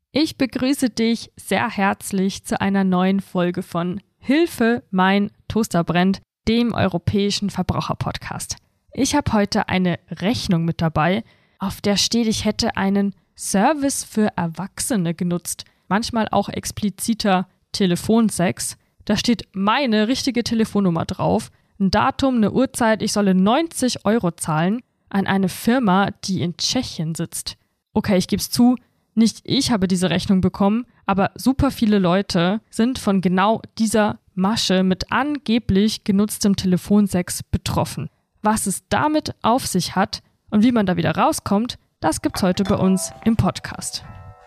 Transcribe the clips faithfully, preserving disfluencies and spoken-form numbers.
Ich begrüße dich sehr herzlich zu einer neuen Folge von Hilfe, mein Toaster brennt, dem europäischen Verbraucherpodcast. Ich habe heute eine Rechnung mit dabei, auf der steht, ich hätte einen Service für Erwachsene genutzt, manchmal auch expliziter Telefonsex. Da steht meine richtige Telefonnummer drauf, ein Datum, eine Uhrzeit, ich solle neunzig Euro zahlen an eine Firma, die in Tschechien sitzt. Okay, ich gebe es zu, nicht ich habe diese Rechnung bekommen, aber super viele Leute sind von genau dieser Masche mit angeblich genutztem Telefonsex betroffen. Was es damit auf sich hat und wie man da wieder rauskommt, das gibt's heute bei uns im Podcast.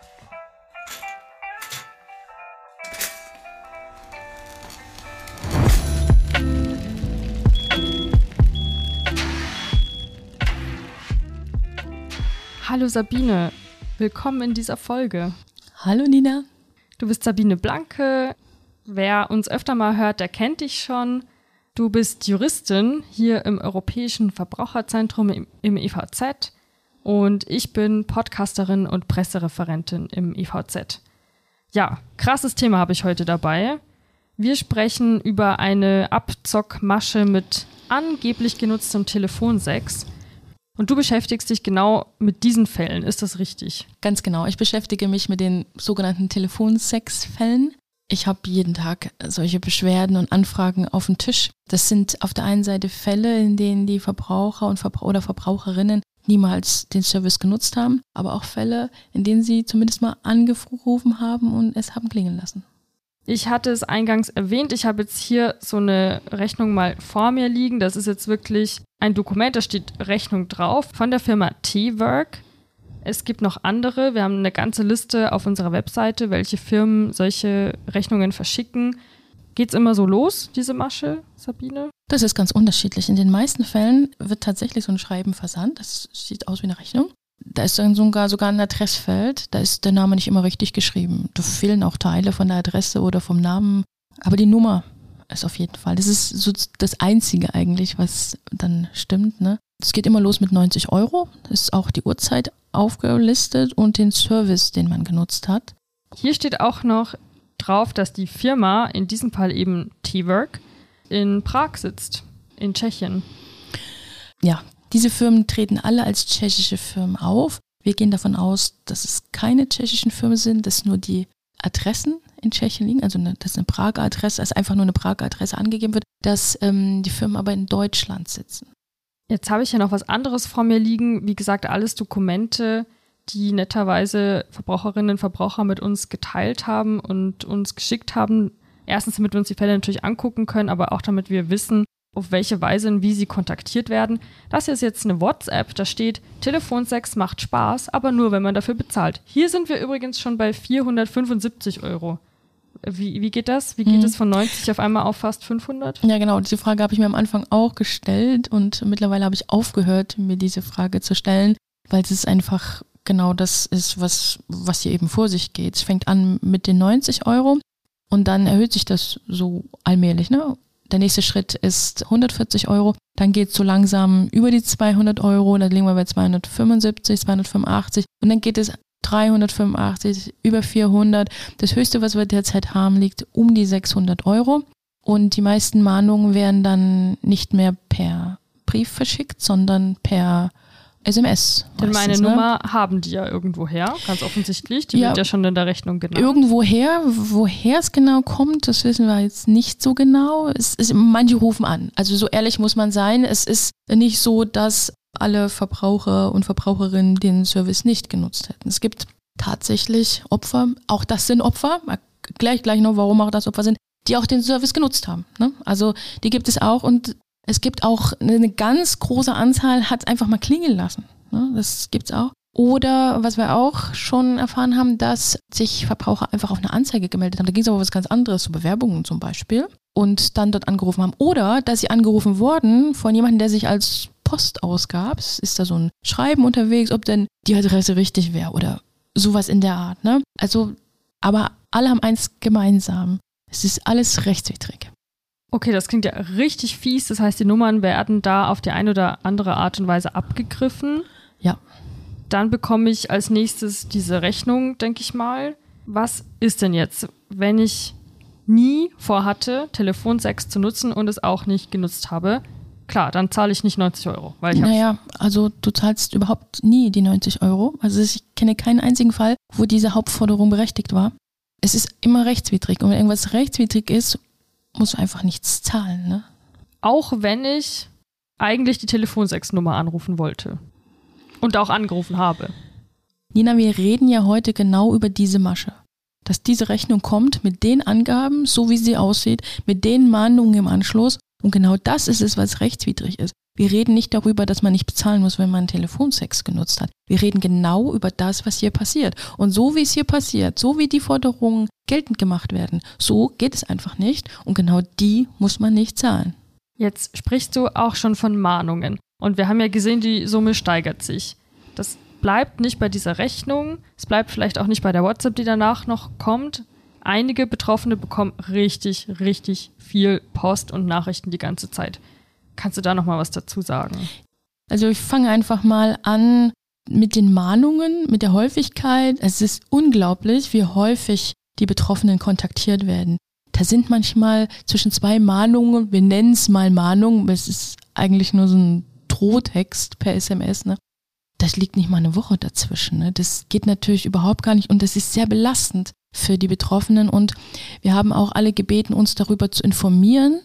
Hallo Sabine, willkommen in dieser Folge. Hallo Nina. Du bist Sabine Blanke. Wer uns öfter mal hört, der kennt dich schon. Du bist Juristin hier im Europäischen Verbraucherzentrum im, im E V Z und ich bin Podcasterin und Pressereferentin im E V Z. Ja, krasses Thema habe ich heute dabei. Wir sprechen über eine Abzockmasche mit angeblich genutztem Telefonsex. Und du beschäftigst dich genau mit diesen Fällen, ist das richtig? Ganz genau, ich beschäftige mich mit den sogenannten Telefonsex-Fällen. Ich habe jeden Tag solche Beschwerden und Anfragen auf dem Tisch. Das sind auf der einen Seite Fälle, in denen die Verbraucher und Verbra- oder Verbraucherinnen niemals den Service genutzt haben, aber auch Fälle, in denen sie zumindest mal angerufen haben und es haben klingeln lassen. Ich hatte es eingangs erwähnt, ich habe jetzt hier so eine Rechnung mal vor mir liegen. Das ist jetzt wirklich ein Dokument, da steht Rechnung drauf von der Firma T-Work. Es gibt noch andere, wir haben eine ganze Liste auf unserer Webseite, welche Firmen solche Rechnungen verschicken. Geht's immer so los, diese Masche, Sabine? Das ist ganz unterschiedlich. In den meisten Fällen wird tatsächlich so ein Schreiben versandt, das sieht aus wie eine Rechnung. Da ist dann sogar, sogar ein Adressfeld, da ist der Name nicht immer richtig geschrieben. Da fehlen auch Teile von der Adresse oder vom Namen, aber die Nummer ist auf jeden Fall. Das ist so das Einzige eigentlich, was dann stimmt, ne? Es geht immer los mit neunzig Euro, das ist auch die Uhrzeit aufgelistet und den Service, den man genutzt hat. Hier steht auch noch drauf, dass die Firma, in diesem Fall eben T-Work, in Prag sitzt, in Tschechien. Ja, diese Firmen treten alle als tschechische Firmen auf. Wir gehen davon aus, dass es keine tschechischen Firmen sind, dass nur die Adressen in Tschechien liegen, also eine, dass eine Prager Adresse, also einfach nur eine Prager Adresse angegeben wird, dass ähm, die Firmen aber in Deutschland sitzen. Jetzt habe ich ja noch was anderes vor mir liegen. Wie gesagt, alles Dokumente, die netterweise Verbraucherinnen und Verbraucher mit uns geteilt haben und uns geschickt haben. Erstens, damit wir uns die Fälle natürlich angucken können, aber auch damit wir wissen, auf welche Weise und wie sie kontaktiert werden. Das ist jetzt eine WhatsApp, da steht, Telefonsex macht Spaß, aber nur, wenn man dafür bezahlt. Hier sind wir übrigens schon bei vierhundertfünfundsiebzig Euro. Wie, wie geht das? Wie geht mhm. es von neunzig auf einmal auf fast fünfhundert? Ja, genau. Diese Frage habe ich mir am Anfang auch gestellt und mittlerweile habe ich aufgehört, mir diese Frage zu stellen, weil es einfach genau das ist, was, was hier eben vor sich geht. Es fängt an mit den neunzig Euro und dann erhöht sich das so allmählich, ne? Der nächste Schritt ist hundertvierzig Euro, dann geht es so langsam über die zweihundert Euro, dann liegen wir bei zweihundertfünfundsiebzig, zweihundertfünfundachtzig und dann geht es dreihundertfünfundachtzig, über vierhundert. Das höchste, was wir derzeit haben, liegt um die sechshundert Euro und die meisten Mahnungen werden dann nicht mehr per Brief verschickt, sondern per S M S. Denn meine meistens, Nummer ne? haben die ja irgendwo her, ganz offensichtlich. Die ja, wird ja schon in der Rechnung genannt. Irgendwoher, woher es genau kommt, das wissen wir jetzt nicht so genau. Es ist, manche rufen an. Also so ehrlich muss man sein. Es ist nicht so, dass alle Verbraucher und Verbraucherinnen den Service nicht genutzt hätten. Es gibt tatsächlich Opfer, auch das sind Opfer, gleich gleich noch, warum auch das Opfer sind, die auch den Service genutzt haben. Ne? Also die gibt es auch und es gibt auch eine ganz große Anzahl, hat einfach mal klingeln lassen. Ne? Das gibt's auch. Oder was wir auch schon erfahren haben, dass sich Verbraucher einfach auf eine Anzeige gemeldet haben. Da ging es aber um was ganz anderes, so Bewerbungen zum Beispiel. Und dann dort angerufen haben. Oder dass sie angerufen wurden von jemandem, der sich als Post ausgab. Es ist da so ein Schreiben unterwegs, ob denn die Adresse richtig wäre oder sowas in der Art. Ne? Also, aber alle haben eins gemeinsam. Es ist alles rechtswidrig. Okay, das klingt ja richtig fies. Das heißt, die Nummern werden da auf die eine oder andere Art und Weise abgegriffen. Ja. Dann bekomme ich als nächstes diese Rechnung, denke ich mal. Was ist denn jetzt, wenn ich nie vorhatte, Telefonsex zu nutzen und es auch nicht genutzt habe? Klar, dann zahle ich nicht neunzig Euro. Weil ich naja, also du zahlst überhaupt nie die neunzig Euro. Also ich kenne keinen einzigen Fall, wo diese Hauptforderung berechtigt war. Es ist immer rechtswidrig. Und wenn irgendwas rechtswidrig ist, musst du einfach nichts zahlen, ne? Auch wenn ich eigentlich die Telefonsex-Nummer anrufen wollte und auch angerufen habe. Nina, wir reden ja heute genau über diese Masche. Dass diese Rechnung kommt mit den Angaben, so wie sie aussieht, mit den Mahnungen im Anschluss. Und genau das ist es, was rechtswidrig ist. Wir reden nicht darüber, dass man nicht bezahlen muss, wenn man Telefonsex genutzt hat. Wir reden genau über das, was hier passiert. Und so wie es hier passiert, so wie die Forderungen geltend gemacht werden, so geht es einfach nicht. Und genau die muss man nicht zahlen. Jetzt sprichst du auch schon von Mahnungen. Und wir haben ja gesehen, die Summe steigert sich. Das bleibt nicht bei dieser Rechnung. Es bleibt vielleicht auch nicht bei der WhatsApp, die danach noch kommt. Einige Betroffene bekommen richtig, richtig viel Post und Nachrichten die ganze Zeit. Kannst du da noch mal was dazu sagen? Also ich fange einfach mal an mit den Mahnungen, mit der Häufigkeit. Es ist unglaublich, wie häufig die Betroffenen kontaktiert werden. Da sind manchmal zwischen zwei Mahnungen, wir nennen es mal Mahnung, es ist eigentlich nur so ein Drohtext per S M S, ne? Das liegt nicht mal eine Woche dazwischen, ne? Das geht natürlich überhaupt gar nicht und das ist sehr belastend für die Betroffenen und wir haben auch alle gebeten, uns darüber zu informieren.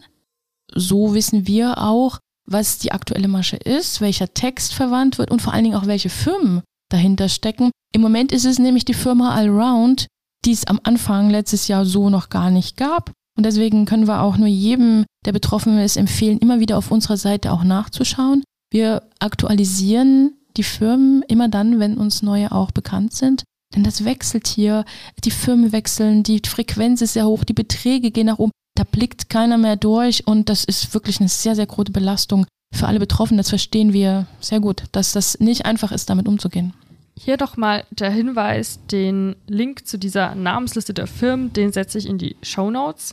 So wissen wir auch, was die aktuelle Masche ist, welcher Text verwandt wird und vor allen Dingen auch welche Firmen dahinter stecken. Im Moment ist es nämlich die Firma Allround, die es am Anfang letztes Jahr so noch gar nicht gab. Und deswegen können wir auch nur jedem, der Betroffenen ist, empfehlen, immer wieder auf unserer Seite auch nachzuschauen. Wir aktualisieren die Firmen immer dann, wenn uns neue auch bekannt sind. Denn das wechselt hier, die Firmen wechseln, die Frequenz ist sehr hoch, die Beträge gehen nach oben. Da blickt keiner mehr durch und das ist wirklich eine sehr, sehr große Belastung für alle Betroffenen. Das verstehen wir sehr gut, dass das nicht einfach ist, damit umzugehen. Hier doch mal der Hinweis, den Link zu dieser Namensliste der Firmen, den setze ich in die Shownotes.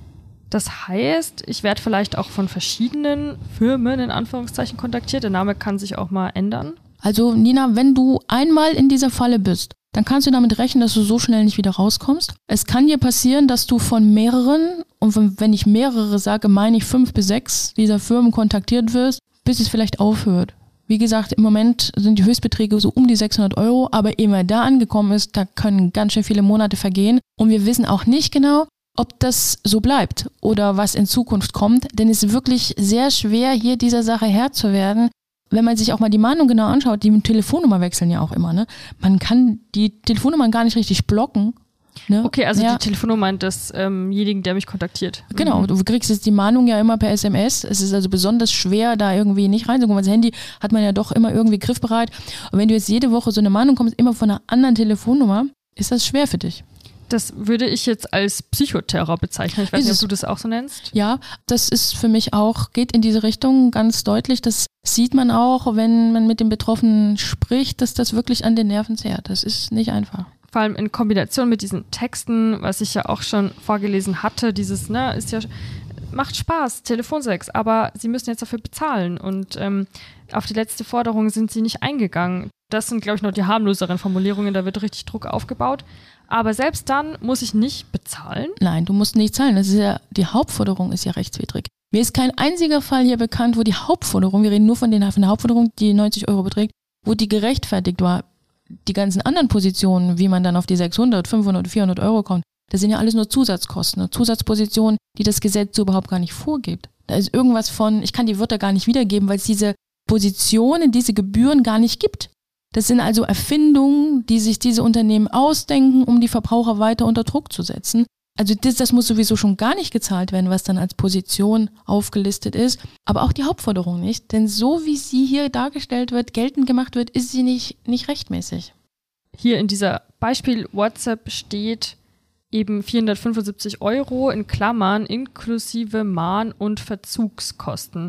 Das heißt, ich werde vielleicht auch von verschiedenen Firmen in Anführungszeichen kontaktiert. Der Name kann sich auch mal ändern. Also Nina, wenn du einmal in dieser Falle bist, dann kannst du damit rechnen, dass du so schnell nicht wieder rauskommst. Es kann dir passieren, dass du von mehreren, und wenn ich mehrere sage, meine ich fünf bis sechs dieser Firmen kontaktiert wirst, bis es vielleicht aufhört. Wie gesagt, im Moment sind die Höchstbeträge so um die sechshundert Euro, aber ehe man da angekommen ist, da können ganz schön viele Monate vergehen. Und wir wissen auch nicht genau, ob das so bleibt oder was in Zukunft kommt. Denn es ist wirklich sehr schwer, hier dieser Sache Herr zu werden. Wenn man sich auch mal die Mahnung genau anschaut, die Telefonnummer wechseln ja auch immer, ne? Man kann die Telefonnummern gar nicht richtig blocken. Ne? Okay, also ja. Die Telefonnummer desjenigen, ähm der mich kontaktiert. Genau, mhm. Du kriegst jetzt die Mahnung ja immer per S M S. Es ist also besonders schwer, da irgendwie nicht reinzukommen, weil das Handy hat man ja doch immer irgendwie griffbereit. Und wenn du jetzt jede Woche so eine Mahnung kommst, immer von einer anderen Telefonnummer, ist das schwer für dich. Das würde ich jetzt als Psychoterror bezeichnen. Ich weiß ist nicht, ob es. du das auch so nennst. Ja, das ist für mich auch, geht in diese Richtung ganz deutlich. Das sieht man auch, wenn man mit den Betroffenen spricht, dass das wirklich an den Nerven zehrt. Das ist nicht einfach. Vor allem in Kombination mit diesen Texten, was ich ja auch schon vorgelesen hatte, dieses, ne, ist ja, macht Spaß, Telefonsex, aber sie müssen jetzt dafür bezahlen und ähm, auf die letzte Forderung sind sie nicht eingegangen. Das sind, glaube ich, noch die harmloseren Formulierungen, da wird richtig Druck aufgebaut. Aber selbst dann muss ich nicht bezahlen. Nein, du musst nicht zahlen. Das ist ja, die Hauptforderung ist ja rechtswidrig. Mir ist kein einziger Fall hier bekannt, wo die Hauptforderung, wir reden nur von, den, von der Hauptforderung, die neunzig Euro beträgt, wo die gerechtfertigt war. Die ganzen anderen Positionen, wie man dann auf die sechshundert, fünfhundert, vierhundert Euro kommt, das sind ja alles nur Zusatzkosten, ne? Zusatzpositionen, die das Gesetz so überhaupt gar nicht vorgibt. Da ist irgendwas von, ich kann die Wörter gar nicht wiedergeben, weil es diese Positionen, diese Gebühren gar nicht gibt. Das sind also Erfindungen, die sich diese Unternehmen ausdenken, um die Verbraucher weiter unter Druck zu setzen. Also das, das muss sowieso schon gar nicht gezahlt werden, was dann als Position aufgelistet ist. Aber auch die Hauptforderung nicht. Denn so wie sie hier dargestellt wird, geltend gemacht wird, ist sie nicht, nicht rechtmäßig. Hier in dieser Beispiel WhatsApp steht eben vierhundertfünfundsiebzig Euro in Klammern inklusive Mahn- und Verzugskosten.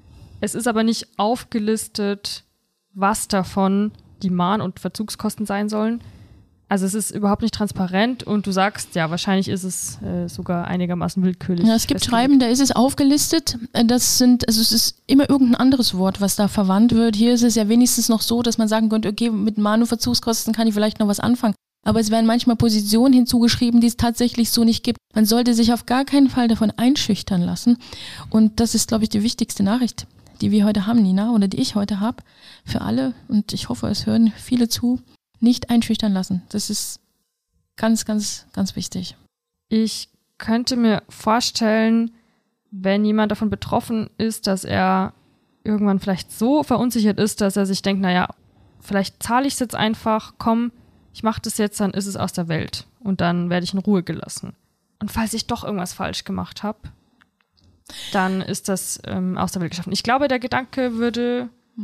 Es ist aber nicht aufgelistet, was davon die Mahn- und Verzugskosten sein sollen. Also es ist überhaupt nicht transparent und du sagst, ja, wahrscheinlich ist es äh, sogar einigermaßen willkürlich. Ja, es gibt Schreiben, da ist es aufgelistet. Das sind, also es ist immer irgendein anderes Wort, was da verwandt wird. Hier ist es ja wenigstens noch so, dass man sagen könnte, okay, mit Manu-Verzugskosten kann ich vielleicht noch was anfangen. Aber es werden manchmal Positionen hinzugeschrieben, die es tatsächlich so nicht gibt. Man sollte sich auf gar keinen Fall davon einschüchtern lassen. Und das ist, glaube ich, die wichtigste Nachricht, die wir heute haben, Nina, oder die ich heute habe, für alle. Und ich hoffe, es hören viele zu. Nicht einschüchtern lassen. Das ist ganz, ganz, ganz wichtig. Ich könnte mir vorstellen, wenn jemand davon betroffen ist, dass er irgendwann vielleicht so verunsichert ist, dass er sich denkt, naja, vielleicht zahle ich es jetzt einfach, komm, ich mache das jetzt, dann ist es aus der Welt und dann werde ich in Ruhe gelassen. Und falls ich doch irgendwas falsch gemacht habe, dann ist das ähm, aus der Welt geschaffen. Ich glaube, der Gedanke würde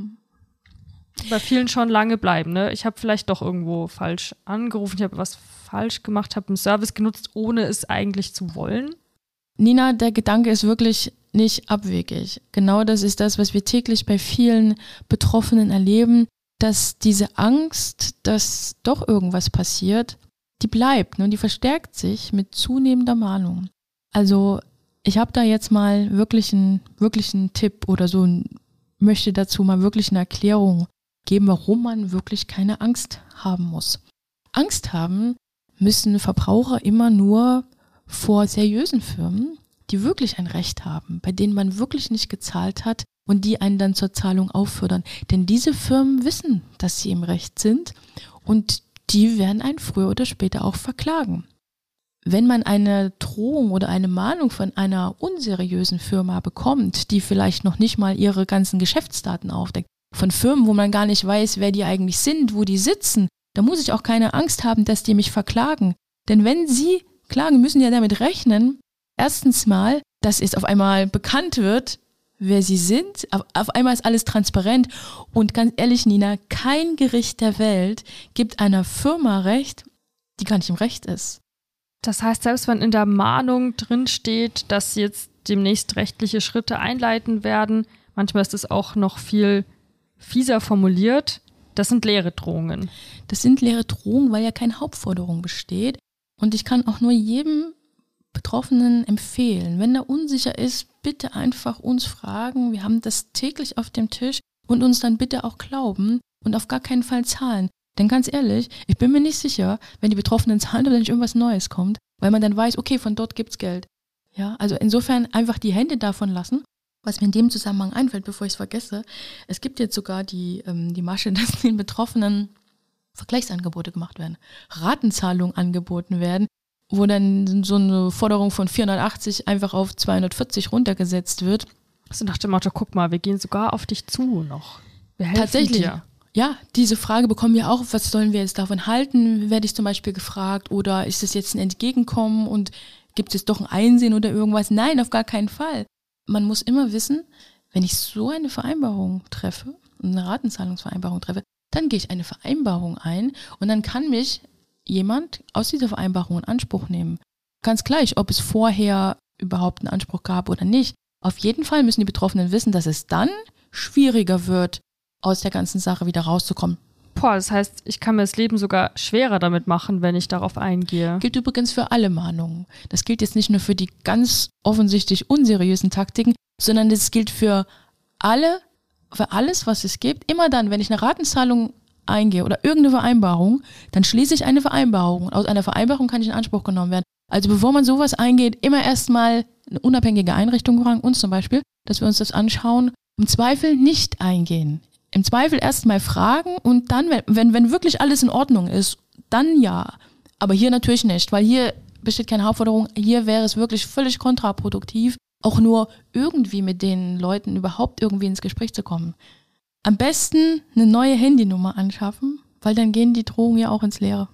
bei vielen schon lange bleiben. Ne? Ich habe vielleicht doch irgendwo falsch angerufen, ich habe was falsch gemacht, habe einen Service genutzt, ohne es eigentlich zu wollen. Nina, der Gedanke ist wirklich nicht abwegig. Genau das ist das, was wir täglich bei vielen Betroffenen erleben, dass diese Angst, dass doch irgendwas passiert, die bleibt, ne? Und die verstärkt sich mit zunehmender Mahnung. Also ich habe da jetzt mal wirklich einen, wirklich einen Tipp oder so, möchte dazu mal wirklich eine Erklärung geben, warum man wirklich keine Angst haben muss. Angst haben müssen Verbraucher immer nur vor seriösen Firmen, die wirklich ein Recht haben, bei denen man wirklich nicht gezahlt hat und die einen dann zur Zahlung auffordern. Denn diese Firmen wissen, dass sie im Recht sind und die werden einen früher oder später auch verklagen. Wenn man eine Drohung oder eine Mahnung von einer unseriösen Firma bekommt, die vielleicht noch nicht mal ihre ganzen Geschäftsdaten aufdeckt, von Firmen, wo man gar nicht weiß, wer die eigentlich sind, wo die sitzen, da muss ich auch keine Angst haben, dass die mich verklagen. Denn wenn sie klagen, müssen ja damit rechnen, erstens mal, dass es auf einmal bekannt wird, wer sie sind. Auf, auf einmal ist alles transparent. Und ganz ehrlich, Nina, kein Gericht der Welt gibt einer Firma Recht, die gar nicht im Recht ist. Das heißt, selbst wenn in der Mahnung drin steht, dass sie jetzt demnächst rechtliche Schritte einleiten werden, manchmal ist es auch noch viel fieser formuliert, das sind leere Drohungen. Das sind leere Drohungen, weil ja keine Hauptforderung besteht. Und ich kann auch nur jedem Betroffenen empfehlen, wenn er unsicher ist, bitte einfach uns fragen. Wir haben das täglich auf dem Tisch und uns dann bitte auch glauben und auf gar keinen Fall zahlen. Denn ganz ehrlich, ich bin mir nicht sicher, wenn die Betroffenen zahlen, oder nicht irgendwas Neues kommt, weil man dann weiß, okay, von dort gibt's Geld. Ja, also insofern einfach die Hände davon lassen. Was mir in dem Zusammenhang einfällt, bevor ich es vergesse, es gibt jetzt sogar die, ähm, die Masche, dass den Betroffenen Vergleichsangebote gemacht werden, Ratenzahlungen angeboten werden, wo dann so eine Forderung von vierhundertachtzig einfach auf zweihundertvierzig runtergesetzt wird. Also nach dem Motto, guck mal, wir gehen sogar auf dich zu noch. Wir helfen Tatsächlich. dir. Ja, diese Frage bekommen wir auch, was sollen wir jetzt davon halten, werde ich zum Beispiel gefragt, oder ist es jetzt ein Entgegenkommen und gibt es doch ein Einsehen oder irgendwas? Nein, auf gar keinen Fall. Man muss immer wissen, wenn ich so eine Vereinbarung treffe, eine Ratenzahlungsvereinbarung treffe, dann gehe ich eine Vereinbarung ein und dann kann mich jemand aus dieser Vereinbarung in Anspruch nehmen. Ganz gleich, ob es vorher überhaupt einen Anspruch gab oder nicht. Auf jeden Fall müssen die Betroffenen wissen, dass es dann schwieriger wird, aus der ganzen Sache wieder rauszukommen. Boah, das heißt, ich kann mir das Leben sogar schwerer damit machen, wenn ich darauf eingehe. Gilt übrigens für alle Mahnungen. Das gilt jetzt nicht nur für die ganz offensichtlich unseriösen Taktiken, sondern das gilt für alle, für alles, was es gibt. Immer dann, wenn ich eine Ratenzahlung eingehe oder irgendeine Vereinbarung, dann schließe ich eine Vereinbarung. Aus einer Vereinbarung kann ich in Anspruch genommen werden. Also bevor man sowas eingeht, immer erstmal eine unabhängige Einrichtung fragen, uns zum Beispiel, dass wir uns das anschauen, im Zweifel nicht eingehen. Im Zweifel erstmal fragen und dann, wenn, wenn wirklich alles in Ordnung ist, dann ja. Aber hier natürlich nicht, weil hier besteht keine Hauptforderung. Hier wäre es wirklich völlig kontraproduktiv, auch nur irgendwie mit den Leuten überhaupt irgendwie ins Gespräch zu kommen. Am besten eine neue Handynummer anschaffen, weil dann gehen die Drohungen ja auch ins Leere.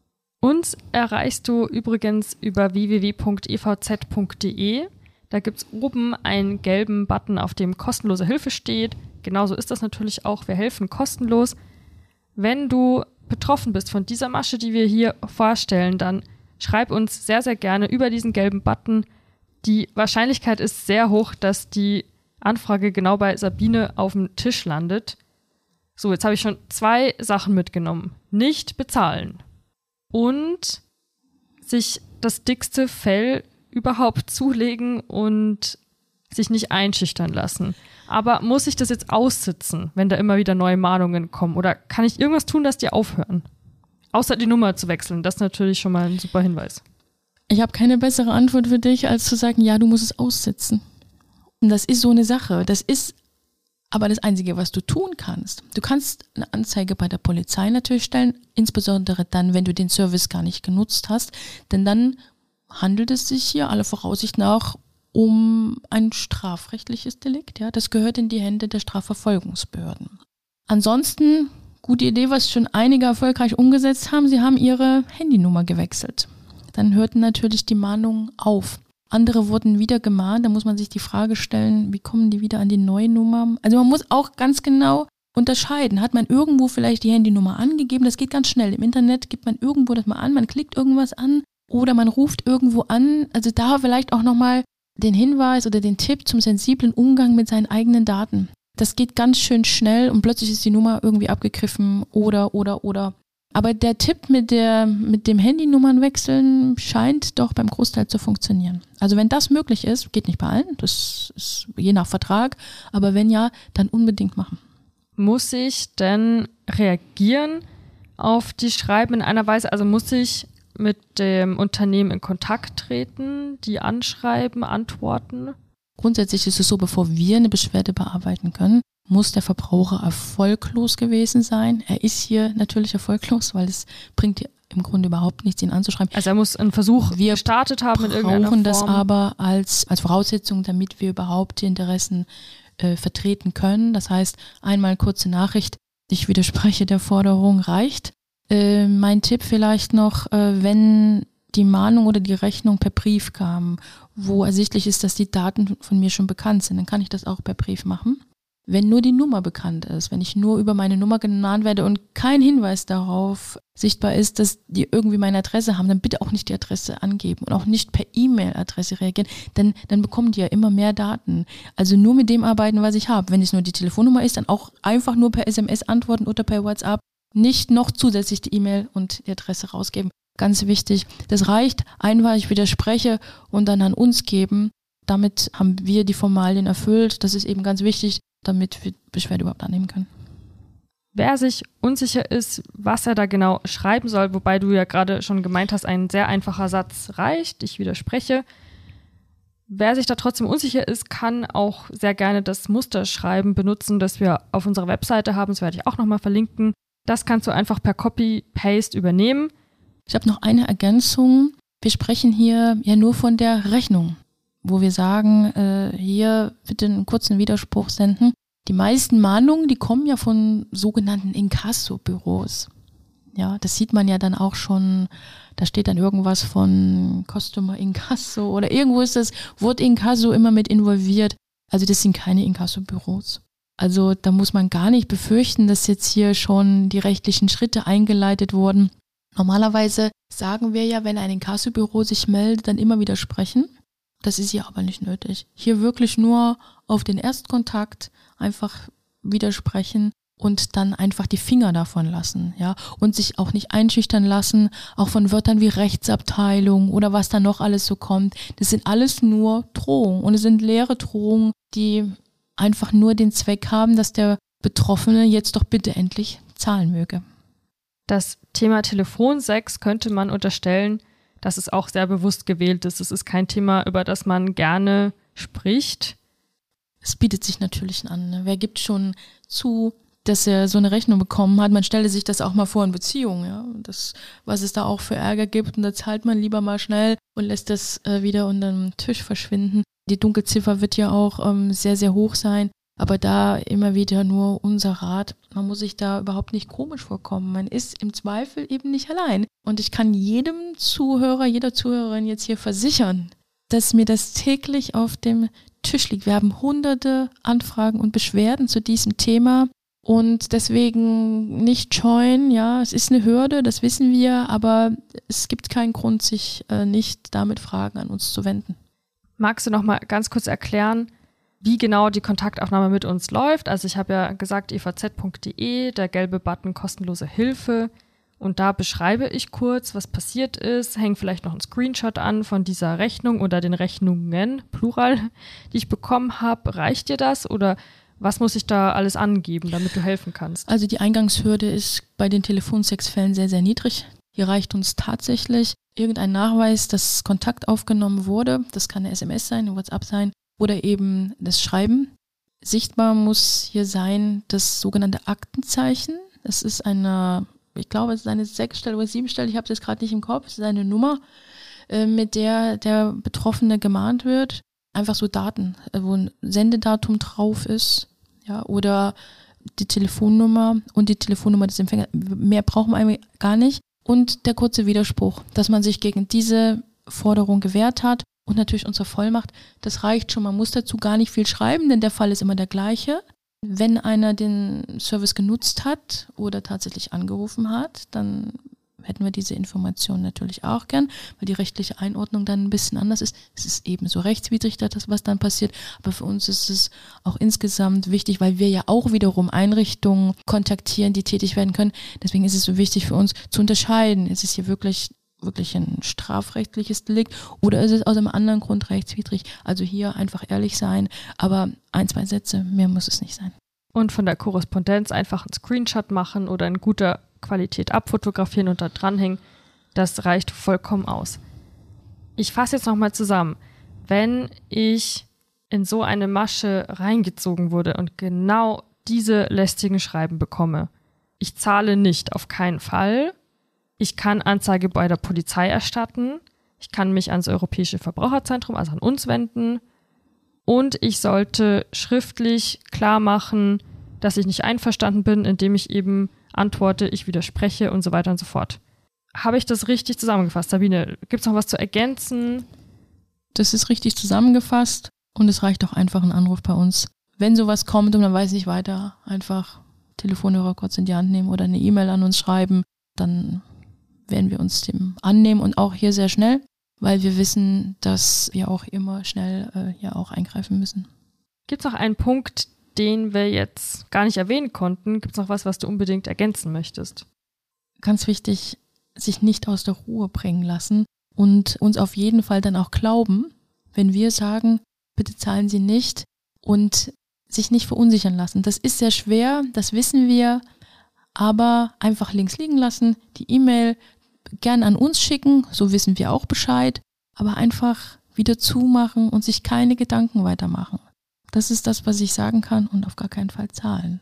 Uns erreichst du übrigens über w w w punkt e v z punkt d e. Da gibt es oben einen gelben Button, auf dem kostenlose Hilfe steht. Genauso ist das natürlich auch. Wir helfen kostenlos. Wenn du betroffen bist von dieser Masche, die wir hier vorstellen, dann schreib uns sehr, sehr gerne über diesen gelben Button. Die Wahrscheinlichkeit ist sehr hoch, dass die Anfrage genau bei Sabine auf dem Tisch landet. So, jetzt habe ich schon zwei Sachen mitgenommen. Nicht bezahlen. und sich das dickste Fell überhaupt zulegen und sich nicht einschüchtern lassen. Aber muss ich das jetzt aussitzen, wenn da immer wieder neue Mahnungen kommen? Oder kann ich irgendwas tun, dass die aufhören? Außer die Nummer zu wechseln. Das ist natürlich schon mal ein super Hinweis. Ich habe keine bessere Antwort für dich, als zu sagen, ja, du musst es aussitzen. Und das ist so eine Sache. Das ist aber das Einzige, was du tun kannst. Du kannst eine Anzeige bei der Polizei natürlich stellen, insbesondere dann, wenn du den Service gar nicht genutzt hast. Denn dann handelt es sich hier aller Voraussicht nach um ein strafrechtliches Delikt. Ja, das gehört in die Hände der Strafverfolgungsbehörden. Ansonsten, gute Idee, was schon einige erfolgreich umgesetzt haben, sie haben ihre Handynummer gewechselt. Dann hörten natürlich die Mahnungen auf. Andere wurden wieder gemahnt, da muss man sich die Frage stellen, wie kommen die wieder an die neue Nummer? Also man muss auch ganz genau unterscheiden. Hat man irgendwo vielleicht die Handynummer angegeben? Das geht ganz schnell. Im Internet gibt man irgendwo das mal an, man klickt irgendwas an oder man ruft irgendwo an. Also da vielleicht auch nochmal den Hinweis oder den Tipp zum sensiblen Umgang mit seinen eigenen Daten. Das geht ganz schön schnell und plötzlich ist die Nummer irgendwie abgegriffen oder, oder, oder. Aber der Tipp mit der, mit dem Handynummernwechseln scheint doch beim Großteil zu funktionieren. Also wenn das möglich ist, geht nicht bei allen, das ist je nach Vertrag, aber wenn ja, dann unbedingt machen. Muss ich denn reagieren auf die Schreiben in einer Weise, also muss ich mit dem Unternehmen in Kontakt treten, die anschreiben, antworten? Grundsätzlich ist es so, bevor wir eine Beschwerde bearbeiten können, muss der Verbraucher erfolglos gewesen sein. Er ist hier natürlich erfolglos, weil es bringt im Grunde überhaupt nichts, ihn anzuschreiben. Also er muss einen Versuch wir gestartet haben in irgendeiner Form. Wir brauchen das aber als, als Voraussetzung, damit wir überhaupt die Interessen äh, vertreten können. Das heißt, einmal kurze Nachricht, ich widerspreche der Forderung, reicht. Äh, mein Tipp vielleicht noch, äh, wenn die Mahnung oder die Rechnung per Brief kam, wo ersichtlich ist, dass die Daten von mir schon bekannt sind, dann kann ich das auch per Brief machen. Wenn nur die Nummer bekannt ist, wenn ich nur über meine Nummer genannt werde und kein Hinweis darauf sichtbar ist, dass die irgendwie meine Adresse haben, dann bitte auch nicht die Adresse angeben und auch nicht per E-Mail-Adresse reagieren, denn dann bekommen die ja immer mehr Daten. Also nur mit dem arbeiten, was ich habe. Wenn es nur die Telefonnummer ist, dann auch einfach nur per S M S antworten oder per WhatsApp, nicht noch zusätzlich die E-Mail und die Adresse rausgeben. Ganz wichtig. Das reicht, einfach ich widerspreche und dann an uns geben. Damit haben wir die Formalien erfüllt. Das ist eben ganz wichtig, damit wir Beschwerde überhaupt annehmen können. Wer sich unsicher ist, was er da genau schreiben soll, wobei du ja gerade schon gemeint hast, ein sehr einfacher Satz reicht, ich widerspreche. Wer sich da trotzdem unsicher ist, kann auch sehr gerne das Musterschreiben benutzen, das wir auf unserer Webseite haben, das werde ich auch nochmal verlinken. Das kannst du einfach per Copy-Paste übernehmen. Ich habe noch eine Ergänzung. Wir sprechen hier ja nur von der Rechnung, wo wir sagen, äh, hier bitte einen kurzen Widerspruch senden. Die meisten Mahnungen, die kommen ja von sogenannten Inkasso-Büros. Ja, das sieht man ja dann auch schon, da steht dann irgendwas von Customer Inkasso oder irgendwo ist das Wort Inkasso immer mit involviert. Also das sind keine Inkasso-Büros. Also da muss man gar nicht befürchten, dass jetzt hier schon die rechtlichen Schritte eingeleitet wurden. Normalerweise sagen wir ja, wenn ein Inkasso-Büro sich meldet, dann immer widersprechen. Das ist hier aber nicht nötig. Hier wirklich nur auf den Erstkontakt einfach widersprechen und dann einfach die Finger davon lassen, ja, und sich auch nicht einschüchtern lassen, auch von Wörtern wie Rechtsabteilung oder was da noch alles so kommt. Das sind alles nur Drohungen und es sind leere Drohungen, die einfach nur den Zweck haben, dass der Betroffene jetzt doch bitte endlich zahlen möge. Das Thema Telefonsex könnte man unterstellen, dass es auch sehr bewusst gewählt ist. Es ist kein Thema, über das man gerne spricht. Es bietet sich natürlich an. Ne? Wer gibt schon zu, dass er so eine Rechnung bekommen hat? Man stelle sich das auch mal vor in Beziehungen, ja. Das, was es da auch für Ärger gibt. Und da zahlt man lieber mal schnell und lässt das äh, wieder unter dem Tisch verschwinden. Die Dunkelziffer wird ja auch ähm, sehr, sehr hoch sein. Aber da immer wieder nur unser Rat, man muss sich da überhaupt nicht komisch vorkommen. Man ist im Zweifel eben nicht allein. Und ich kann jedem Zuhörer, jeder Zuhörerin jetzt hier versichern, dass mir das täglich auf dem Tisch liegt. Wir haben hunderte Anfragen und Beschwerden zu diesem Thema und deswegen nicht scheuen. Ja, es ist eine Hürde, das wissen wir, aber es gibt keinen Grund, sich äh, nicht damit Fragen an uns zu wenden. Magst du noch mal ganz kurz erklären, wie genau die Kontaktaufnahme mit uns läuft? Also ich habe ja gesagt, e v z punkt d e, der gelbe Button kostenlose Hilfe. Und da beschreibe ich kurz, was passiert ist, hänge vielleicht noch einen Screenshot an von dieser Rechnung oder den Rechnungen, Plural, die ich bekommen habe. Reicht dir das oder was muss ich da alles angeben, damit du helfen kannst? Also die Eingangshürde ist bei den Telefonsexfällen sehr, sehr niedrig. Hier reicht uns tatsächlich irgendein Nachweis, dass Kontakt aufgenommen wurde. Das kann eine S M S sein, eine WhatsApp sein oder eben das Schreiben. Sichtbar muss hier sein das sogenannte Aktenzeichen. Das ist eine, ich glaube, es ist eine sechsstellige oder siebenstellige, ich habe es jetzt gerade nicht im Kopf, es ist eine Nummer, äh, mit der der Betroffene gemahnt wird. Einfach so Daten, wo ein Sendedatum drauf ist, ja, oder die Telefonnummer und die Telefonnummer des Empfängers. Mehr brauchen wir eigentlich gar nicht. Und der kurze Widerspruch, dass man sich gegen diese Forderung gewehrt hat und natürlich unsere Vollmacht, das reicht schon. Man muss dazu gar nicht viel schreiben, denn der Fall ist immer der gleiche. Wenn einer den Service genutzt hat oder tatsächlich angerufen hat, dann hätten wir diese Information natürlich auch gern, weil die rechtliche Einordnung dann ein bisschen anders ist. Es ist ebenso rechtswidrig, das, was dann passiert, aber für uns ist es auch insgesamt wichtig, weil wir ja auch wiederum Einrichtungen kontaktieren, die tätig werden können. Deswegen ist es so wichtig für uns zu unterscheiden. Ist es hier wirklich wirklich ein strafrechtliches Delikt oder ist es aus einem anderen Grund rechtswidrig? Also hier einfach ehrlich sein, aber ein, zwei Sätze, mehr muss es nicht sein. Und von der Korrespondenz einfach einen Screenshot machen oder in guter Qualität abfotografieren und da dranhängen, das reicht vollkommen aus. Ich fasse jetzt nochmal zusammen. Wenn ich in so eine Masche reingezogen wurde und genau diese lästigen Schreiben bekomme, ich zahle nicht, auf keinen Fall. Ich kann Anzeige bei der Polizei erstatten. Ich kann mich ans Europäische Verbraucherzentrum, also an uns wenden. Und ich sollte schriftlich klar machen, dass ich nicht einverstanden bin, indem ich eben antworte, ich widerspreche und so weiter und so fort. Habe ich das richtig zusammengefasst? Sabine, gibt es noch was zu ergänzen? Das ist richtig zusammengefasst und es reicht auch einfach ein Anruf bei uns. Wenn sowas kommt und man weiß nicht weiter, einfach Telefonhörer kurz in die Hand nehmen oder eine E-Mail an uns schreiben, dann werden wir uns dem annehmen und auch hier sehr schnell, weil wir wissen, dass wir auch immer schnell äh, hier auch eingreifen müssen. Gibt es noch einen Punkt, den wir jetzt gar nicht erwähnen konnten? Gibt es noch was, was du unbedingt ergänzen möchtest? Ganz wichtig, sich nicht aus der Ruhe bringen lassen und uns auf jeden Fall dann auch glauben, wenn wir sagen, bitte zahlen Sie nicht und sich nicht verunsichern lassen. Das ist sehr schwer, das wissen wir, aber einfach links liegen lassen, die E-Mail gern an uns schicken, so wissen wir auch Bescheid, aber einfach wieder zumachen und sich keine Gedanken weitermachen. Das ist das, was ich sagen kann und auf gar keinen Fall zahlen.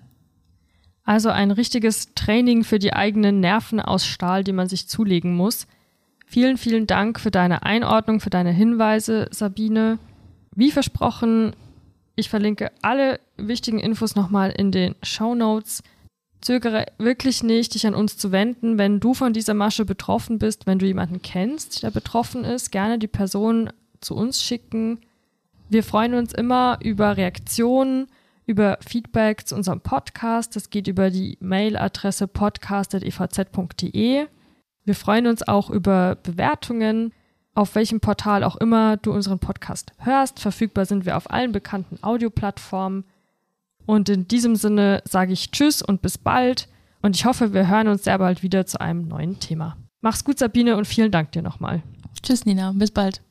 Also ein richtiges Training für die eigenen Nerven aus Stahl, die man sich zulegen muss. Vielen, vielen Dank für deine Einordnung, für deine Hinweise, Sabine. Wie versprochen, ich verlinke alle wichtigen Infos nochmal in den Shownotes. Zögere wirklich nicht, dich an uns zu wenden, wenn du von dieser Masche betroffen bist, wenn du jemanden kennst, der betroffen ist, gerne die Person zu uns schicken. Wir freuen uns immer über Reaktionen, über Feedback zu unserem Podcast. Das geht über die Mailadresse podcast at e v z punkt d e. Wir freuen uns auch über Bewertungen, auf welchem Portal auch immer du unseren Podcast hörst. Verfügbar sind wir auf allen bekannten Audioplattformen. Und in diesem Sinne sage ich Tschüss und bis bald. Und ich hoffe, wir hören uns sehr bald wieder zu einem neuen Thema. Mach's gut, Sabine, und vielen Dank dir nochmal. Tschüss, Nina. Bis bald.